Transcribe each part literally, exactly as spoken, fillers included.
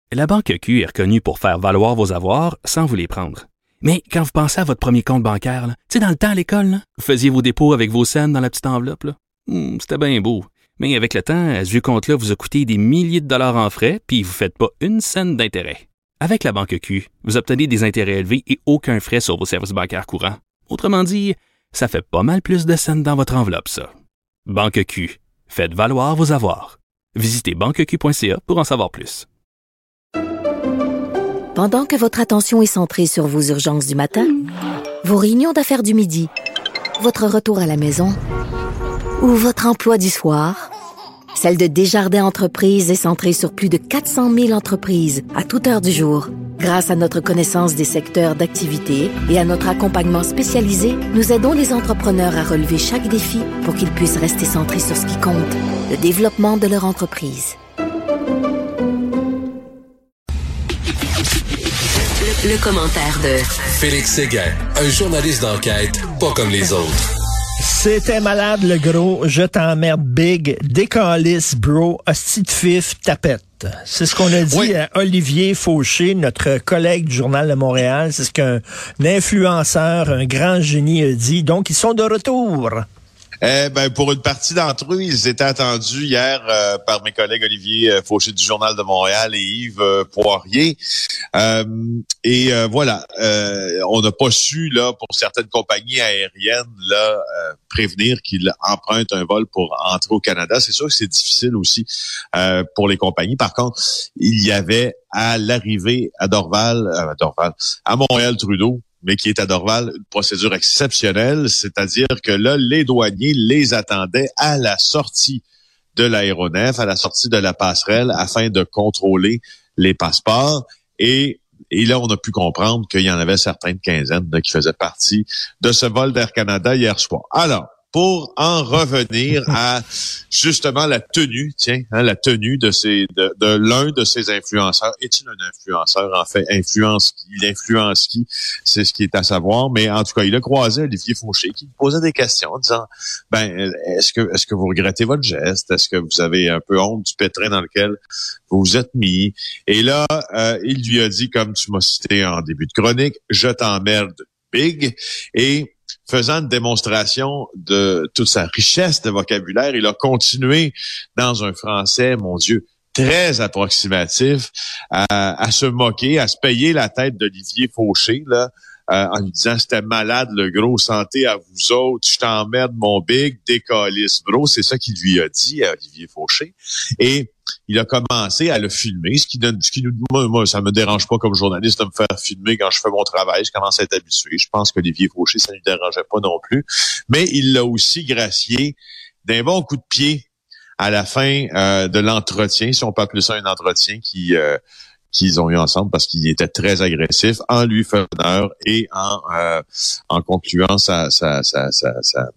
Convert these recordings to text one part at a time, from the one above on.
La Banque Q est reconnue pour faire valoir vos avoirs sans vous les prendre. Mais quand vous pensez à votre premier compte bancaire, tu sais, dans le temps à l'école, là, vous faisiez vos dépôts avec vos scènes dans la petite enveloppe. Là. Hum, c'était bien beau. Mais avec le temps, ce vieux compte-là vous a coûté des milliers de dollars en frais, puis vous ne faites pas une scène d'intérêt. Avec la Banque Q, vous obtenez des intérêts élevés et aucun frais sur vos services bancaires courants. Autrement dit, ça fait pas mal plus de scènes dans votre enveloppe, ça. Banque Q. Faites valoir vos avoirs. Visitez banque q point c a pour en savoir plus. Pendant que votre attention est centrée sur vos urgences du matin, vos réunions d'affaires du midi, votre retour à la maison ou votre emploi du soir, celle de Desjardins Entreprises est centrée sur plus de quatre cent mille entreprises à toute heure du jour. Grâce à notre connaissance des secteurs d'activité et à notre accompagnement spécialisé, nous aidons les entrepreneurs à relever chaque défi pour qu'ils puissent rester centrés sur ce qui compte, le développement de leur entreprise. Le, le commentaire de Félix Séguin, un journaliste d'enquête pas comme les autres. C'était malade le gros, je t'emmerde big, décalisse bro, hostie de fif, tapette. C'est ce qu'on a dit oui. à Olivier Fauché, notre collègue du Journal de Montréal. C'est ce qu'un influenceur, un grand génie a dit. Donc, ils sont de retour. Eh ben, pour une partie d'entre eux, ils étaient attendus hier euh, par mes collègues Olivier euh, Fauché du Journal de Montréal et Yves euh, Poirier. Euh, et euh, voilà, euh, on n'a pas su, là, pour certaines compagnies aériennes, là, euh, prévenir qu'ils empruntent un vol pour entrer au Canada. C'est sûr que c'est difficile aussi euh, pour les compagnies. Par contre, il y avait à l'arrivée à Dorval, euh, à Dorval, à Montréal-Trudeau, mais qui est à Dorval, une procédure exceptionnelle, c'est-à-dire que là, les douaniers les attendaient à la sortie de l'aéronef, à la sortie de la passerelle, afin de contrôler les passeports. Et, et là, on a pu comprendre qu'il y en avait certaines quinzaines là, qui faisaient partie de ce vol d'Air Canada hier soir. Alors, pour en revenir à justement la tenue, tiens, hein, la tenue de ces de, de l'un de ces influenceurs. Est-il un influenceur? En fait, influence il influence qui? C'est ce qui est à savoir. Mais en tout cas, il a croisé Olivier Fauché qui lui posait des questions en disant, ben, est-ce que est-ce que vous regrettez votre geste? Est-ce que vous avez un peu honte du pétrin dans lequel vous vous êtes mis? Et là, euh, il lui a dit, comme tu m'as cité en début de chronique, je t'emmerde big. Et faisant une démonstration de toute sa richesse de vocabulaire, il a continué dans un français, mon Dieu, très approximatif, à, à se moquer, à se payer la tête d'Olivier Fauché, là, euh, en lui disant « C'était malade, le gros, santé à vous autres, je t'emmerde, mon big, décalisse, bro ». C'est ça qu'il lui a dit à Olivier Fauché. Et il a commencé à le filmer, ce qui donne, ce qui nous, moi, moi, ça me dérange pas comme journaliste de me faire filmer quand je fais mon travail. Je commence à être habitué. Je pense qu'Olivier Fauché, ça ne lui dérangeait pas non plus. Mais il l'a aussi gracié d'un bon coup de pied à la fin euh, de l'entretien, si on peut appeler ça un entretien qui euh, qu'ils ont eu ensemble parce qu'il était très agressif en lui faisant honneur et en euh, en concluant sa sa sa sa, sa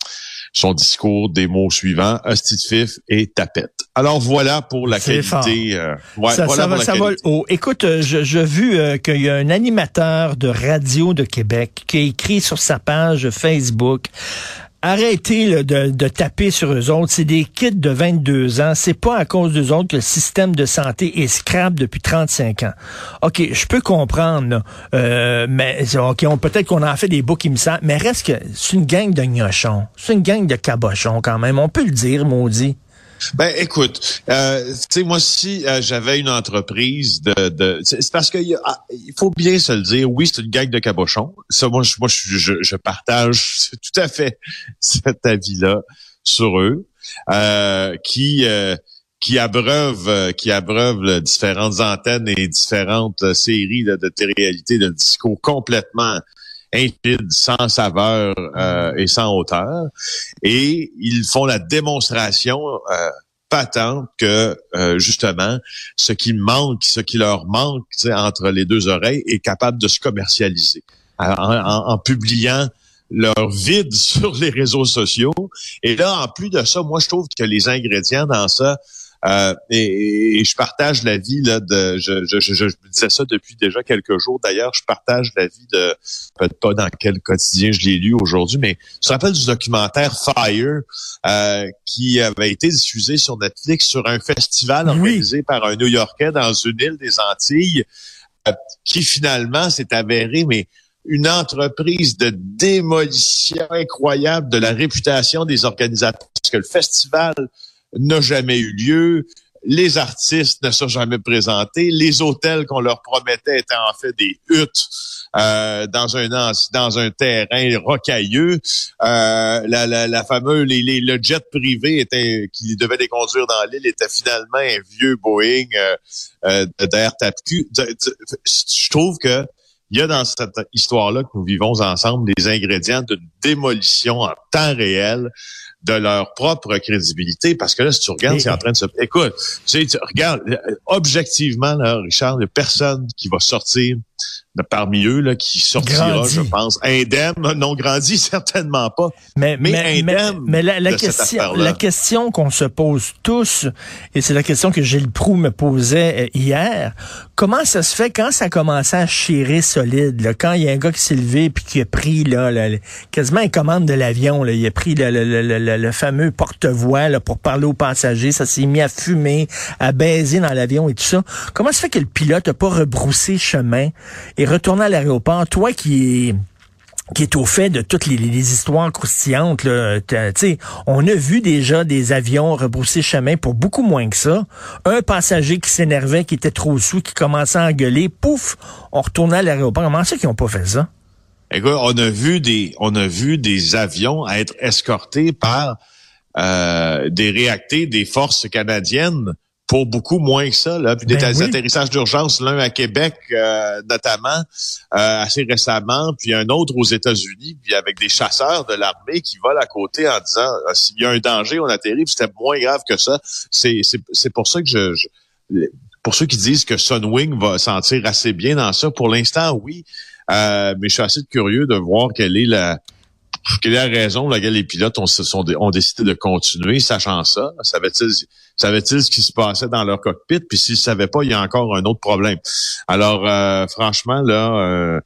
son discours des mots suivants, hostie de fif et tapette. Alors voilà pour la C'est qualité. Euh, ouais, ça, voilà ça, pour va, la ça qualité. va haut. Écoute, je, je vu euh, qu'il y a un animateur de radio de Québec qui a écrit sur sa page Facebook: arrêtez là, de, de taper sur eux autres. C'est des kids de vingt-deux ans. C'est pas à cause d'eux autres que le système de santé est scrap depuis trente-cinq ans. OK, je peux comprendre, là, euh, mais OK, on, peut-être qu'on en fait des boucs émissaires, mais reste que c'est une gang de gnochons. C'est une gang de cabochons quand même. On peut le dire, maudit. Ben, écoute, euh, tu sais, moi, si euh, j'avais une entreprise de, de c'est parce que y a, il faut bien se le dire. Oui, c'est une gang de cabochons. Ça, moi, je, moi, je, je, je partage tout à fait cet avis-là sur eux, euh, qui, euh, qui abreuvent, qui abreuvent différentes antennes et différentes séries de, de télé-réalité, de discours complètement infides, sans saveur euh, et sans hauteur. Et ils font la démonstration euh, patente que, euh, justement, ce qui manque, ce qui leur manque entre les deux oreilles est capable de se commercialiser. En, en, en publiant leur vide sur les réseaux sociaux. Et là, en plus de ça, moi, je trouve que les ingrédients dans ça, Euh, et, et je partage l'avis là de, je, je, je, je disais ça depuis déjà quelques jours. D'ailleurs, je partage l'avis de, peut-être pas dans quel quotidien je l'ai lu aujourd'hui, mais je me rappelle du documentaire Fire euh, qui avait été diffusé sur Netflix sur un festival oui. organisé par un New-Yorkais dans une île des Antilles, euh, qui finalement s'est avéré, mais une entreprise de démolition incroyable de la réputation des organisateurs, parce que le festival n'a jamais eu lieu, les artistes ne sont jamais présentés, les hôtels qu'on leur promettait étaient en fait des huttes euh, dans un dans un terrain rocailleux. Euh, la, la, la fameuse les, les, le jet privé était qui devait les conduire dans l'île était finalement un vieux Boeing euh, euh, d'Air Tapcu. Je trouve que il y a dans cette histoire-là que nous vivons ensemble les ingrédients d'une démolition en temps réel de leur propre crédibilité. Parce que là, si tu regardes, c'est en train de se... Écoute, tu sais, tu regardes, objectivement, là, Richard, il n'y a personne qui va sortir de parmi eux, là, qui sortira, grandi. Je pense, indemne. Non, grandi, certainement pas. Mais, mais, mais indemne. Mais, mais la, la, question, la question qu'on se pose tous, et c'est la question que Gilles Proulx me posait hier, comment ça se fait quand ça commençait à chirer solide, là, quand il y a un gars qui s'est levé puis qui a pris là, là, quasiment une commande de l'avion, là, il a pris le, le, le, le, le fameux porte-voix là, pour parler aux passagers, ça s'est mis à fumer, à baiser dans l'avion et tout ça. Comment ça fait que le pilote n'a pas rebroussé chemin et retourné à l'aéroport, toi qui est qui est au fait de toutes les, les histoires croustillantes, là, tu sais, on a vu déjà des avions rebrousser chemin pour beaucoup moins que ça. Un passager qui s'énervait, qui était trop sous, qui commençait à engueuler, pouf, on retournait à l'aéroport. Comment ça qu'ils n'ont pas fait ça? Écoute, on a vu des, on a vu des avions être escortés par euh, des réactés des forces canadiennes pour beaucoup moins que ça, là. Puis des ben oui. atterrissages d'urgence, l'un à Québec euh, notamment, euh, assez récemment, puis un autre aux États-Unis, puis avec des chasseurs de l'armée qui volent à côté en disant ah, s'il y a un danger, on atterrit, puis c'était moins grave que ça. C'est c'est c'est pour ça que je, je pour ceux qui disent que Sunwing va sentir assez bien dans ça, pour l'instant oui, euh, mais je suis assez curieux de voir quelle est la Quelle est la raison pour laquelle les pilotes ont, sont, ont décidé de continuer, sachant ça? Savaient-ils, savaient-ils ce qui se passait dans leur cockpit? Puis s'ils ne savaient pas, il y a encore un autre problème. Alors, euh, franchement, là... Euh,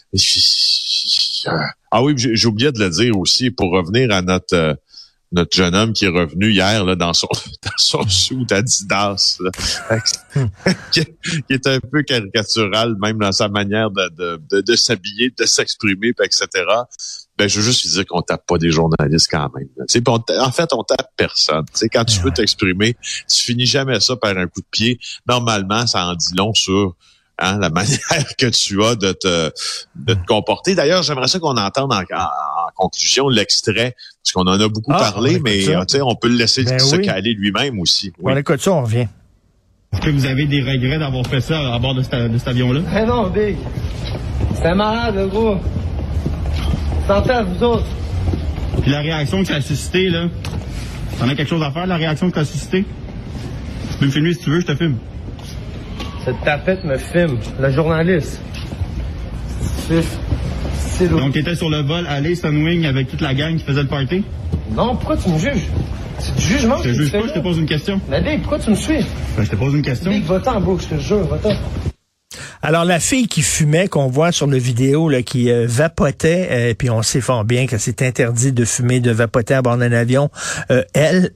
ah oui, j'ai, j'ai oublié de le dire aussi, pour revenir à notre... Euh, notre jeune homme qui est revenu hier là dans son dans son suit Adidas là, qui, qui est un peu caricatural même dans sa manière de de de, de s'habiller, de s'exprimer, et cetera. Ben je veux juste dire qu'on tape pas des journalistes quand même. Tu sais, en fait on tape personne. Tu sais, quand tu veux t'exprimer, tu finis jamais ça par un coup de pied. Normalement, ça en dit long sur Hein, la manière que tu as de te de te comporter. D'ailleurs, j'aimerais ça qu'on entende en, en, en conclusion l'extrait, parce qu'on en a beaucoup ah, parlé, mais tu sais, on peut le laisser ben se oui. caler lui-même aussi. Oui. On écoute ça, on revient. Est-ce que vous avez des regrets d'avoir fait ça à bord de, sta- de cet avion-là? Eh non, Big. C'était malade, le gros. Santé à vous autres. Puis la réaction que ça a suscité, là, t'en as quelque chose à faire, la réaction que ça a suscité? Tu peux me filmer si tu veux, je te filme. Cette tapette me filme, le journaliste. C'est, c'est Donc, t'étais sur le vol aller Sunwing avec toute la gang qui faisait le party? Non, pourquoi tu me juges? C'est du jugement. Je te juge pas, je te pose une question. Mais Big, pourquoi tu me suis? Ben, je te pose une question. Big, va-t'en, bro, je te jure, va-t'en. Alors, la fille qui fumait, qu'on voit sur la vidéo, là, qui euh, vapotait, euh, puis on sait fort bien que c'est interdit de fumer, de vapoter à bord d'un avion, euh, elle,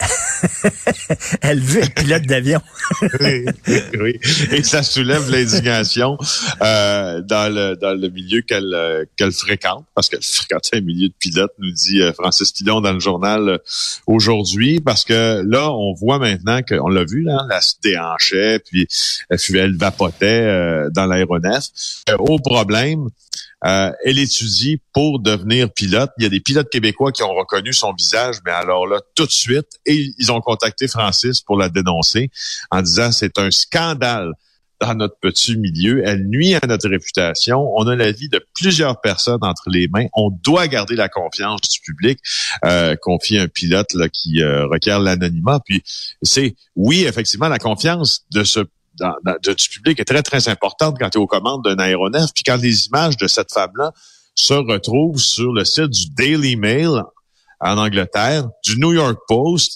elle veut être pilote d'avion. oui, oui, et ça soulève l'indignation euh, dans le dans le milieu qu'elle euh, qu'elle fréquente, parce qu'elle fréquente un milieu de pilotes, nous dit euh, Francis Pilon dans le journal euh, aujourd'hui, parce que là, on voit maintenant qu'on l'a vu, là, elle se déhanchait, puis elle, elle vapotait euh, dans l'aéronef. Euh, au problème, euh, elle étudie pour devenir pilote. Il y a des pilotes québécois qui ont reconnu son visage, mais alors là, tout de suite, et ils ont contacté Francis pour la dénoncer en disant c'est un scandale dans notre petit milieu. Elle nuit à notre réputation. On a la vie de plusieurs personnes entre les mains. On doit garder la confiance du public. Euh, confie un pilote là, qui euh, requiert l'anonymat. Puis c'est, oui, effectivement, la confiance de ce Dans, dans, du public est très, très importante quand tu es aux commandes d'un aéronef. Puis quand les images de cette femme-là se retrouvent sur le site du Daily Mail en Angleterre, du New York Post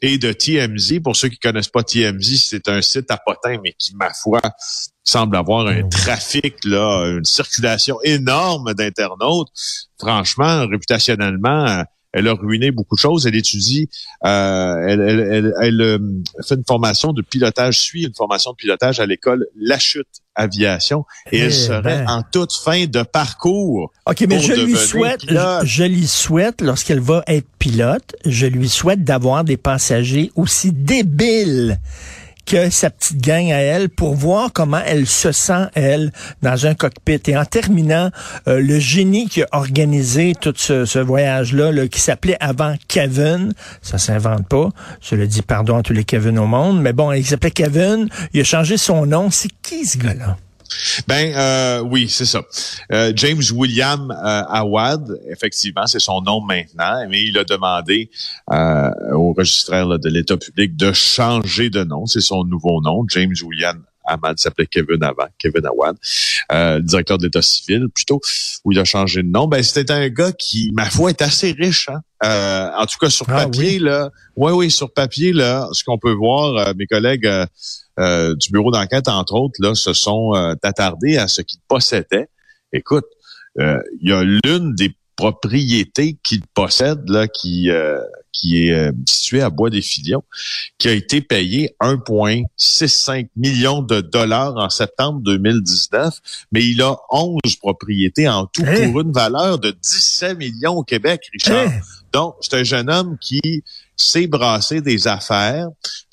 et de T M Z. Pour ceux qui connaissent pas T M Z, c'est un site à potins, mais qui, ma foi, semble avoir un trafic, là, une circulation énorme d'internautes. Franchement, réputationnellement, elle a ruiné beaucoup de choses. Elle étudie, euh, elle, elle, elle, elle, elle fait une formation de pilotage, suit une formation de pilotage à l'école La Chute Aviation, et eh elle serait ben. en toute fin de parcours. OK, mais je lui souhaite, je, je lui souhaite, lorsqu'elle va être pilote, je lui souhaite d'avoir des passagers aussi débiles que sa petite gang à elle, pour voir comment elle se sent, elle, dans un cockpit. Et en terminant, euh, le génie qui a organisé tout ce, ce voyage-là, là, qui s'appelait avant Kevin, ça s'invente pas, je le dis pardon à tous les Kevin au monde, mais bon, il s'appelait Kevin, il a changé son nom. C'est qui ce gars-là? Ben euh, oui, c'est ça. Euh, James William euh, Awad, effectivement, c'est son nom maintenant, mais il a demandé euh, au registraire là, de l'État public de changer de nom. C'est son nouveau nom. James William Awad s'appelait Kevin avant, Kevin Awad, euh, le directeur de l'État civil plutôt, où il a changé de nom. Ben c'était un gars qui, ma foi, est assez riche. Hein? Euh, en tout cas sur papier, ah, oui. là, ouais, oui, sur papier là, ce qu'on peut voir, euh, mes collègues. Euh, Euh, du bureau d'enquête, entre autres, là, se sont euh, attardés à ce qu'il possédait. Écoute, euh, il y a l'une des propriétés qu'il possède, là, qui euh, qui est euh, située à Bois-des-Filions, qui a été payée un virgule soixante-cinq millions de dollars en septembre deux mille dix-neuf, mais il a onze propriétés en tout hey. pour une valeur de dix-sept millions au Québec, Richard. Hey. Donc, c'est un jeune homme qui s'est brassé des affaires.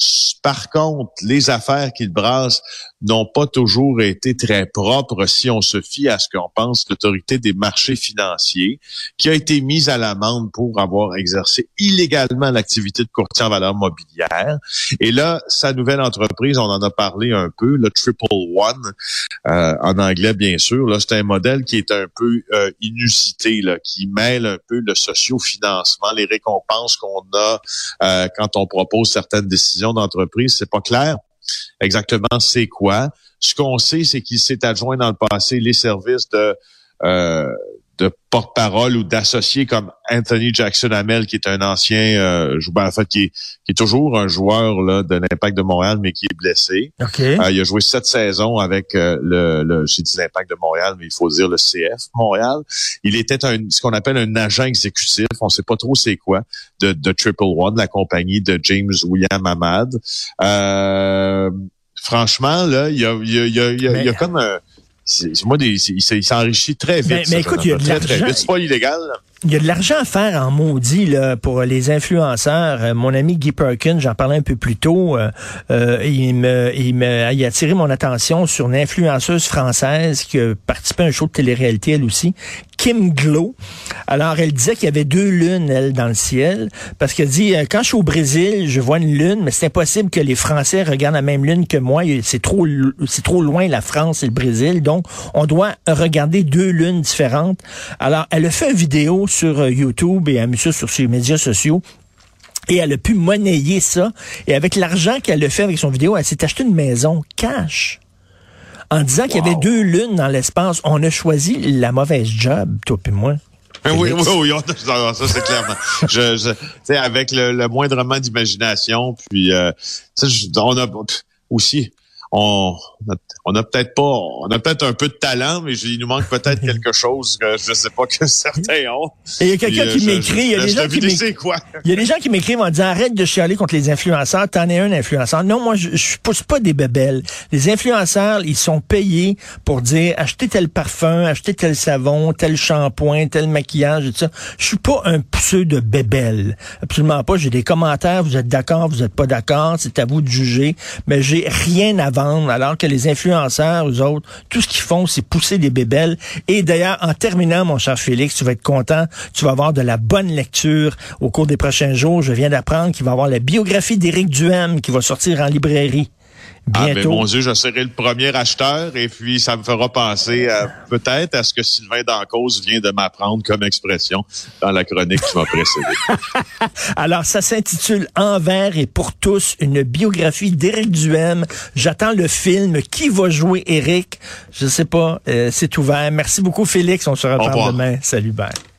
Par contre, les affaires qu'il brasse n'ont pas toujours été très propres si on se fie à ce qu'on pense l'autorité des marchés financiers, qui a été mise à l'amende pour avoir exercé illégalement l'activité de courtier en valeurs mobilières. Et là, sa nouvelle entreprise, on en a parlé un peu, le Triple One, euh, en anglais bien sûr, là, c'est un modèle qui est un peu euh, inusité, là, qui mêle un peu le socio-financement, les récompenses qu'on a euh, quand on propose certaines décisions d'entreprise. C'est pas clair exactement c'est quoi. Ce qu'on sait, c'est qu'il s'est adjoint dans le passé les services de euh, de porte-parole ou d'associés comme Anthony Jackson-Hamel, qui est un ancien euh, joueur, en fait, qui est, qui est toujours un joueur là de l'Impact de Montréal, mais qui est blessé. Okay. Euh, il a joué sept saisons avec euh, le, le j'ai dit l'Impact de Montréal, mais il faut dire le C F Montréal. Il était un ce qu'on appelle un agent exécutif, on sait pas trop c'est quoi, de, de Triple One, la compagnie de James William Ahmad. Euh, franchement, là, il y a, il y a, il y a, il y a, mais... il y a comme un C'est, c'est moi, des, il s'enrichit très vite. Mais, mais écoute, il y a de très, l'argent. Très vite. C'est pas illégal. Là. Il y a de l'argent à faire en maudit là, pour les influenceurs. Euh, mon ami Guy Perkins, j'en parlais un peu plus tôt, euh, euh, il, me, il, me, il a attiré mon attention sur une influenceuse française qui a participé à un show de télé-réalité, elle aussi, Kim Glow. Alors, elle disait qu'il y avait deux lunes, elle, dans le ciel, parce qu'elle dit, euh, quand je suis au Brésil, je vois une lune, mais c'est impossible que les Français regardent la même lune que moi. C'est trop, c'est trop loin, la France et le Brésil, donc on doit regarder deux lunes différentes. Alors, elle a fait une vidéo sur YouTube et a mis ça sur ses médias sociaux. Et elle a pu monnayer ça. Et avec l'argent qu'elle a fait avec son vidéo, elle s'est acheté une maison cash. En disant wow. qu'il y avait deux lunes dans l'espace. On a choisi la mauvaise job, toi et moi. Oui, oui, oui, ça, ça c'est clairement. je, je, tu sais, avec le, le moindrement d'imagination, puis, euh, on a aussi... On a, on a peut-être pas, on a peut-être un peu de talent, mais il nous manque peut-être quelque chose que je sais pas que certains ont. Et il y a quelqu'un qui m'écrit, il y a des gens qui m'écrivent, il y a des gens qui m'écrivent en disant arrête de chialer contre les influenceurs, t'en es un influenceur. Non, moi je, je pousse pas des bébelles. Les influenceurs, ils sont payés pour dire achetez tel parfum, achetez tel savon, tel shampoing, tel maquillage et tout ça. Je suis pas un pousseux de bébelles. Absolument pas. J'ai des commentaires, vous êtes d'accord, vous êtes pas d'accord, c'est à vous de juger, mais j'ai rien à vendre, alors que les influenceurs, eux autres, tout ce qu'ils font, c'est pousser des bébelles. Et d'ailleurs, en terminant, mon cher Félix, tu vas être content, tu vas avoir de la bonne lecture au cours des prochains jours. Je viens d'apprendre qu'il va y avoir la biographie d'Éric Duhem qui va sortir en librairie. Bientôt. Ah, ben mon Dieu, je serai le premier acheteur et puis ça me fera penser à, peut-être à ce que Sylvain Dancause vient de m'apprendre comme expression dans la chronique qui m'a précédé. Alors, ça s'intitule Envers et pour tous, une biographie d'Éric Duhem. J'attends le film. Qui va jouer Éric? Je sais pas. Euh, c'est ouvert. Merci beaucoup, Félix. On se reparle demain. Salut, bye.